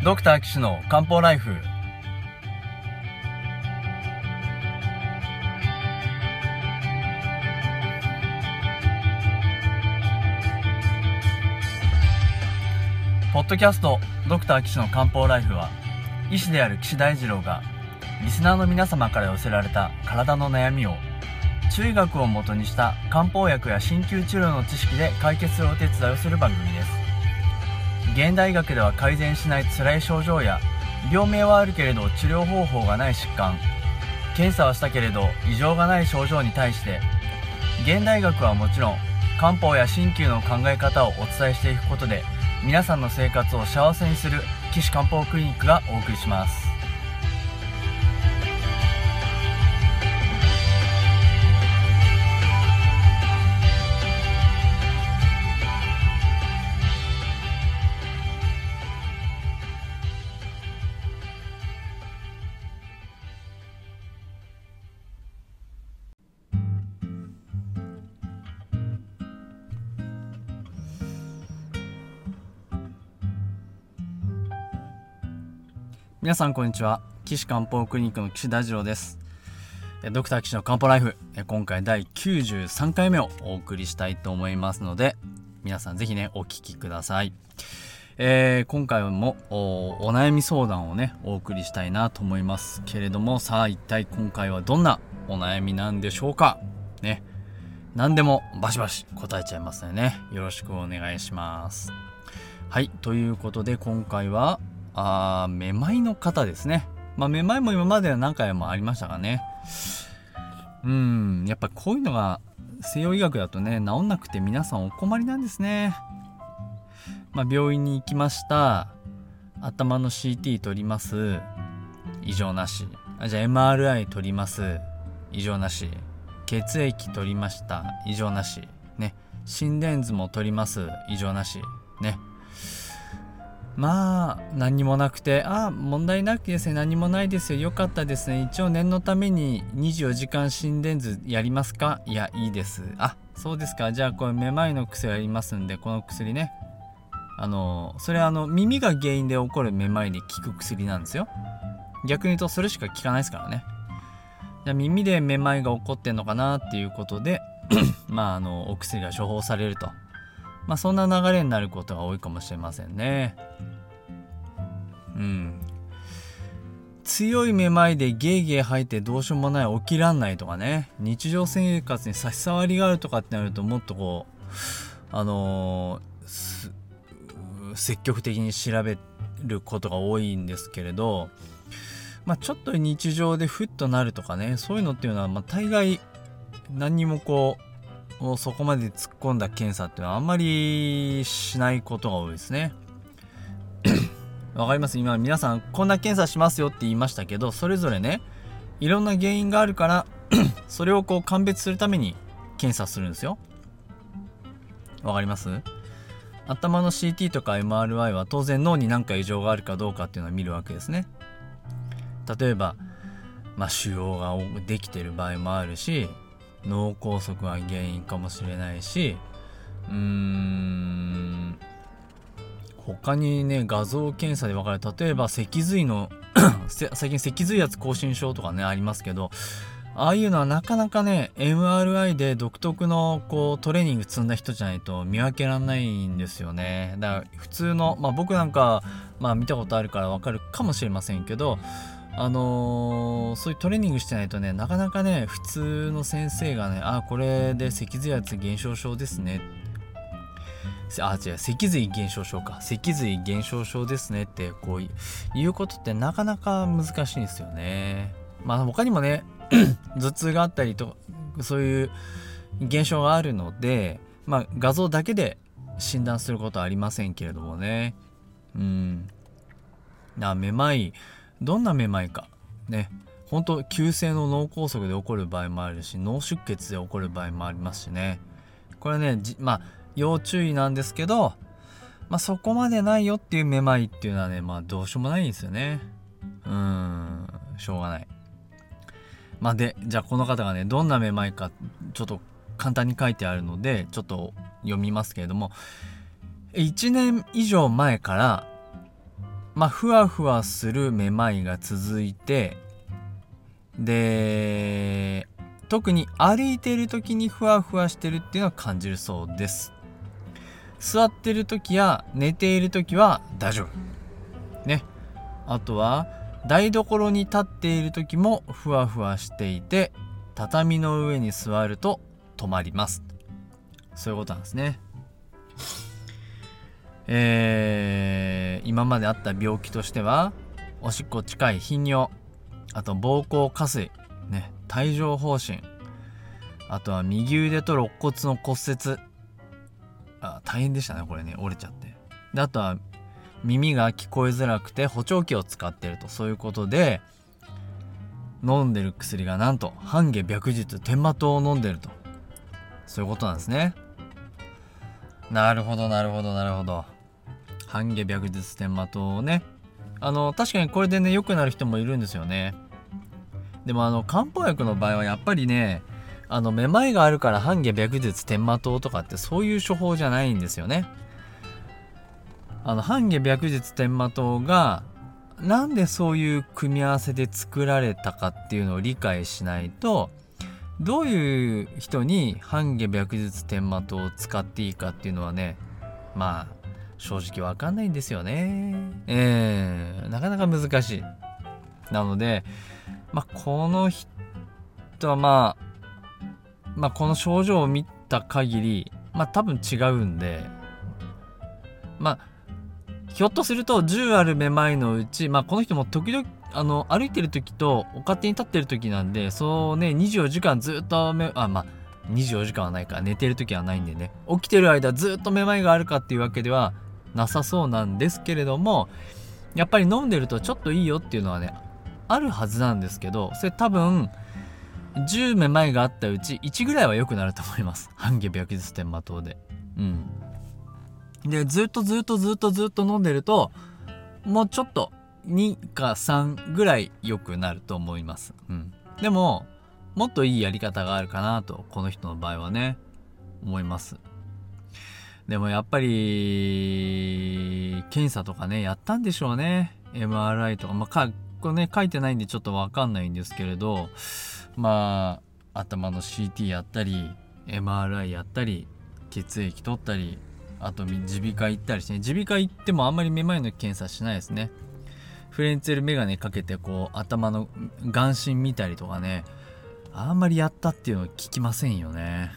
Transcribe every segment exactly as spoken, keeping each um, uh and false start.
ドクター岸の漢方ライフ。ポッドキャストドクター岸の漢方ライフは、医師である岸大二郎がリスナーの皆様から寄せられた体の悩みを中医学を元にした漢方薬や鍼灸治療の知識で解決するお手伝いをする番組です。現代医学では改善しない辛い症状や、病名はあるけれど治療方法がない疾患、検査はしたけれど異常がない症状に対して、現代医学はもちろん漢方や鍼灸の考え方をお伝えしていくことで、皆さんの生活を幸せにする岸漢方クリニックがお送りします。皆さんこんにちは。岸漢方クリニックの岸大二郎です。ドクター岸の漢方ライフ、今回だいきゅうじゅうさんかいめをお送りしたいと思いますので、皆さんぜひねお聞きください。えー、今回も お, お悩み相談をねお送りしたいなと思いますけれども、さあ一体今回はどんなお悩みなんでしょうかね。何でもバシバシ答えちゃいますのでね、よろしくお願いします。はい、ということで今回はあめまいの方ですね。まあめまいも今までは何回もありましたがね、うーんやっぱこういうのが西洋医学だとね治んなくて皆さんお困りなんですね。まあ病院に行きました、頭の シーティー 取ります、異常なし。あじゃあ エムアールアイ 取ります、異常なし。血液取りました、異常なしね。心電図も取ります、異常なしね。まあ何にもなくて、あ問題なくですね、何もないですよ、よかったですね、一応念のためににじゅうよじかん心電図やりますか。いやいいです。あそうですか、じゃあこれめまいの薬やりますんで、この薬ね、あのそれはあの耳が原因で起こるめまいで効く薬なんですよ。逆に言うとそれしか効かないですからね。じゃあ耳でめまいが起こってんのかなっていうことでまああのお薬が処方されると、まあそんな流れになることが多いかもしれませんね。うん。強いめまいでゲーゲー吐いてどうしようもない、起きらんないとかね、日常生活に差し障りがあるとかってなると、もっとこうあのー、積極的に調べることが多いんですけれど、まあちょっと日常でふっとなるとかね、そういうのっていうのはまあ大概何にもこうもうそこまで突っ込んだ検査っていうのはあんまりしないことが多いですね。わかります。今皆さんこんな検査しますよって言いましたけど、それぞれねいろんな原因があるからそれをこう鑑別するために検査するんですよ。わかります。頭の シーティー とか エムアールアイ は当然脳に何か異常があるかどうかっていうのを見るわけですね。例えば、まあ、腫瘍ができてる場合もあるし、脳梗塞が原因かもしれないし、うーん他にね画像検査で分かる、例えば脊髄の最近脊髄圧亢進症とかねありますけど、ああいうのはなかなかね エムアールアイ で独特のこうトレーニング積んだ人じゃないと見分けられないんですよね。だから普通の、まあ僕なんかまあ見たことあるから分かるかもしれませんけど、あのー、そういうトレーニングしてないとね、なかなかね普通の先生がね、あこれで脊髄圧減少症ですね、あ違う脊髄減少症か脊髄減少症ですねってこういうことってなかなか難しいんですよね。まあ他にもね頭痛があったりとそういう現象があるので、まあ画像だけで診断することはありませんけれどもね。うんあめまい、どんなめまいかね、本当急性の脳梗塞で起こる場合もあるし、脳出血で起こる場合もありますしね。これねまあ要注意なんですけど、まあそこまでないよっていうめまいっていうのはね、まあどうしようもないんですよね。うーんしょうがない。まあでじゃあこの方がねどんなめまいかちょっと簡単に書いてあるのでちょっと読みますけれども、いちねん以上前からまあふわふわするめまいが続いて、で特に歩いている時にふわふわしてるっていうのは感じるそうです。座ってる時や寝ている時は大丈夫ね。あとは台所に立っている時もふわふわしていて、畳の上に座ると止まります。そういうことなんですね。えー、今まであった病気としてはおしっこ近い頻尿、あと膀胱下垂、ね、帯状疱疹、あとは右腕と肋骨の骨折、あ大変でしたねこれね、折れちゃって。であとは耳が聞こえづらくて補聴器を使っていると、そういうことで飲んでる薬がなんと半夏白術天麻湯を飲んでると、そういうことなんですね。なるほどなるほどなるほど。半夏白術天麻湯をね、あの確かにこれでね良くなる人もいるんですよね。でもあの漢方薬の場合はやっぱりね、あのめまいがあるから半夏白術天麻湯とかってそういう処方じゃないんですよね。あの半夏白術天麻湯がなんでそういう組み合わせで作られたかっていうのを理解しないと、どういう人に半夏白術天麻湯を使っていいかっていうのはね、まあ正直わかんないんですよね。えー、なかなか難しい。なので、まあ、この人はまあ、まあ、この症状を見た限り、まあ多分違うんで、まあひょっとするとじゅうあるめまいのうち、まあこの人も時々あの歩いてる時とお勝手に立ってる時なんで、そうねにじゅうよじかんずっとめあまあにじゅうよじかんはないか、寝てる時はないんでね、起きてる間ずっとめまいがあるかっていうわけではなさそうなんですけれども、やっぱり飲んでるとちょっといいよっていうのはねあるはずなんですけど、それ多分じゅうめまいがあったうちいちぐらいは良くなると思います、半夏白術天麻湯で。うんでずっとずっとずっとずっと飲んでるともうちょっとにかさんぐらい良くなると思います。うん、でももっといいやり方があるかなとこの人の場合はね思います。でもやっぱり検査とかねやったんでしょうね。 エムアールアイ とか、まあ、かこれね書いてないんでちょっと分かんないんですけれど、まあ頭の シーティー やったり エムアールアイ やったり血液取ったり、あと耳鼻科行ったりしてね、耳鼻科行ってもあんまりめまいの検査しないですね。フレンツェルメガネかけてこう頭の眼神見たりとかね、あんまりやったっていうのは聞きませんよね。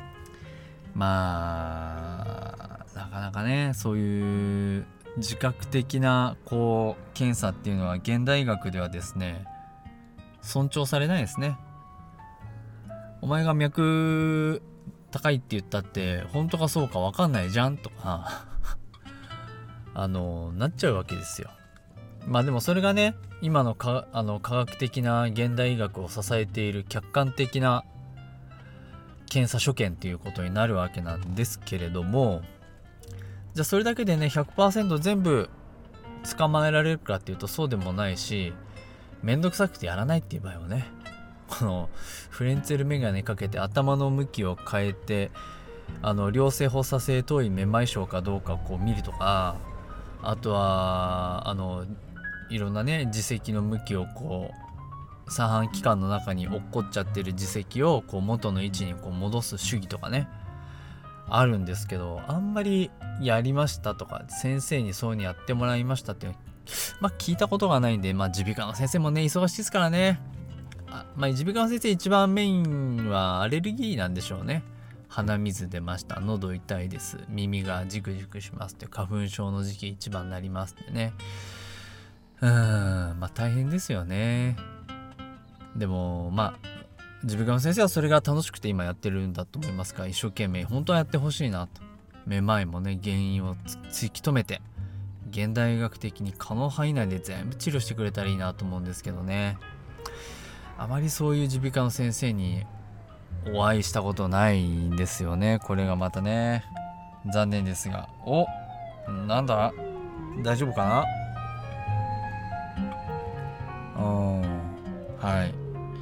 まあなかなかねそういう自覚的なこう検査っていうのは現代医学ではですね尊重されないですね。お前が脈高いって言ったって本当かそうか分かんないじゃんとかあのなっちゃうわけですよ。まあでもそれがね今のかあの科学的な現代医学を支えている客観的な検査所見っていうことになるわけなんですけれども、じゃあそれだけでね ひゃくパーセント 全部捕まえられるかっていうとそうでもないし、めんどくさくてやらないっていう場合はね、このフレンツェルメガネかけて頭の向きを変えてあの良性発作性頭位めまい症かどうかこう見るとか、あとはあのいろんなね耳石の向きをこう三半規管の中に落っこっちゃってる耳石をこう元の位置にこう戻す手技とかねあるんですけど、あんまりやりましたとか先生にそういうにやってもらいましたっていうまあ聞いたことがないんで、まあ耳鼻科の先生もね忙しいですからね。あまあ耳鼻科の先生一番メインはアレルギーなんでしょうね。鼻水出ました、喉痛いです、耳がジクジクしますって、花粉症の時期一番になりますってね。うーんまあ大変ですよね。でもまあ耳鼻科の先生はそれが楽しくて今やってるんだと思いますから、一生懸命本当はやってほしいなと。めまいもね原因を突き止めて現代医学的に可能範囲内で全部治療してくれたらいいなと思うんですけどね。あまりそういう耳鼻科の先生にお会いしたことないんですよね。これがまたね残念ですが、おなんだ大丈夫かな。うんはい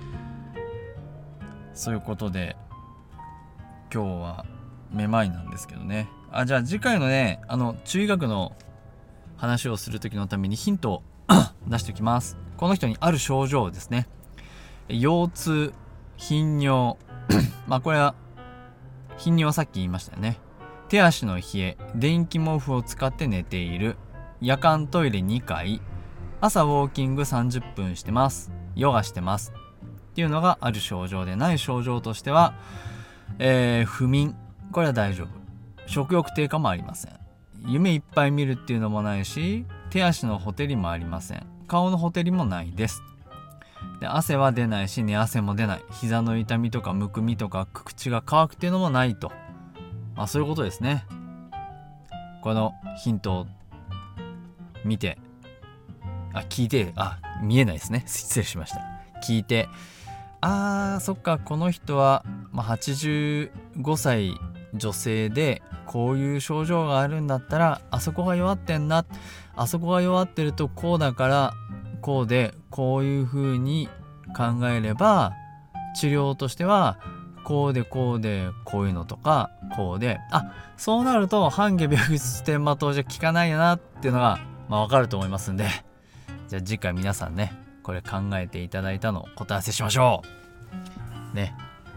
そういうことで今日はめまいなんですけどね。あじゃあ次回のねあの中医学の話をする時のためにヒントを出しておきます。この人にある症状ですね。腰痛、頻尿まあこれは頻尿はさっき言いましたよね。手足の冷え、電気毛布を使って寝ている、夜間トイレにかい、朝ウォーキングさんじゅっぷんしてます、ヨガしてますっていうのがある症状で、ない症状としては、えー、不眠、これは大丈夫。食欲低下もありません。夢いっぱい見るっていうのもないし、手足のほてりもありません。顔のほてりもないです。で、汗は出ないし、寝汗も出ない。膝の痛みとかむくみとか口が乾くっていうのもないと。まあそういうことですね。このヒントを見て、あ、聞いて、あ、見えないですね。失礼しました。聞いて、あー、そっか、この人は、まあ、はちじゅうごさい女性で、こういう症状があるんだったら、あそこが弱ってんな。あそこが弱ってるとこうだから、こうで、こういう風に考えれば、治療としては、こうでこうでこういうのとか、こうで、あ、そうなると半下病ステンマ糖じゃ効かないよなっていうのが、まあわかると思いますんで、じゃあ次回皆さんね、これ考えていただいたのを答え合わせしましょう。ね。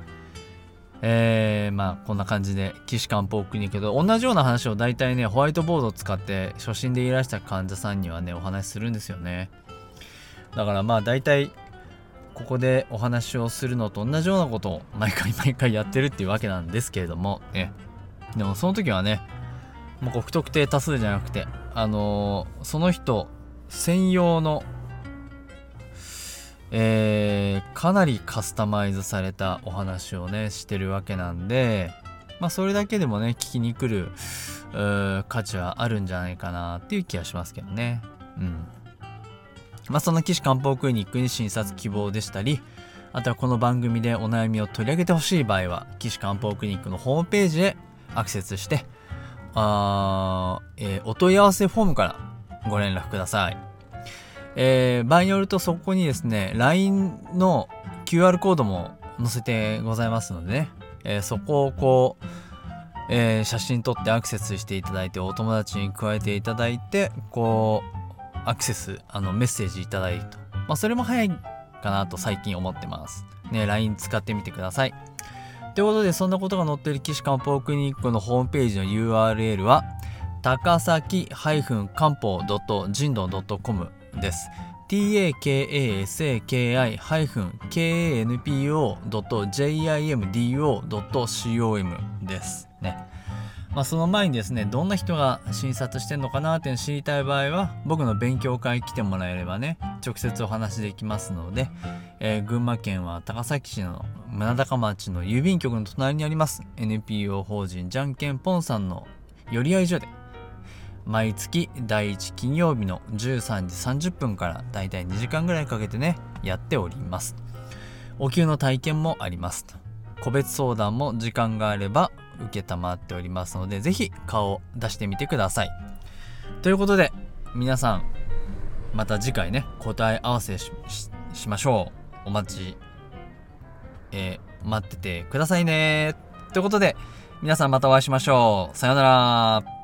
えー、まあこんな感じで岸漢方クリニックで同じような話を大体ね、ホワイトボードを使って初診でいらした患者さんにはね、お話しするんですよね。だからまあ大体ここでお話をするのと同じようなことを毎回毎回やってるっていうわけなんですけれどもね。でもその時はね、もう不特定多数じゃなくて、あのー、その人専用の、えー、かなりカスタマイズされたお話をねしてるわけなんで、まあそれだけでもね聞きに来る価値はあるんじゃないかなっていう気がしますけどね。うん。まあその岸漢方クリニックに診察希望でしたり、あとはこの番組でお悩みを取り上げてほしい場合は岸漢方クリニックのホームページへアクセスして、あ、えー、お問い合わせフォームからご連絡ください。えー、場合によるとそこにですね ライン の キューアール コードも載せてございますのでね、えー、そこをこう、えー、写真撮ってアクセスしていただいて、お友達に加えていただいて、こうアクセスあのメッセージいただいて、まあそれも早いかなと最近思ってますね。 ライン 使ってみてください。ということで、そんなことが載っている岸漢方クリニックのホームページの ユーアールエル は高崎漢方 ジンド ドットコム です。 タカサキ カンポ ドット ジムドット コム ですね。まあその前にですね、どんな人が診察してんのかなって知りたい場合は僕の勉強会来てもらえればね、直接お話できますので、えー、群馬県は高崎市の村高町の郵便局の隣にあります エヌピーオー 法人じゃんけんぽんさんの寄り合い所で、毎月だいいち金曜日のじゅうさんじさんじゅっぷんからだいたいにじかんぐらいかけてねやっております。お灸の体験もあります。個別相談も時間があれば受けたまっておりますので、ぜひ顔を出してみてください。ということで皆さんまた次回ね答え合わせ し, し, しましょう。お待ち、えー、待っててくださいね。ということで皆さんまたお会いしましょう。さようなら。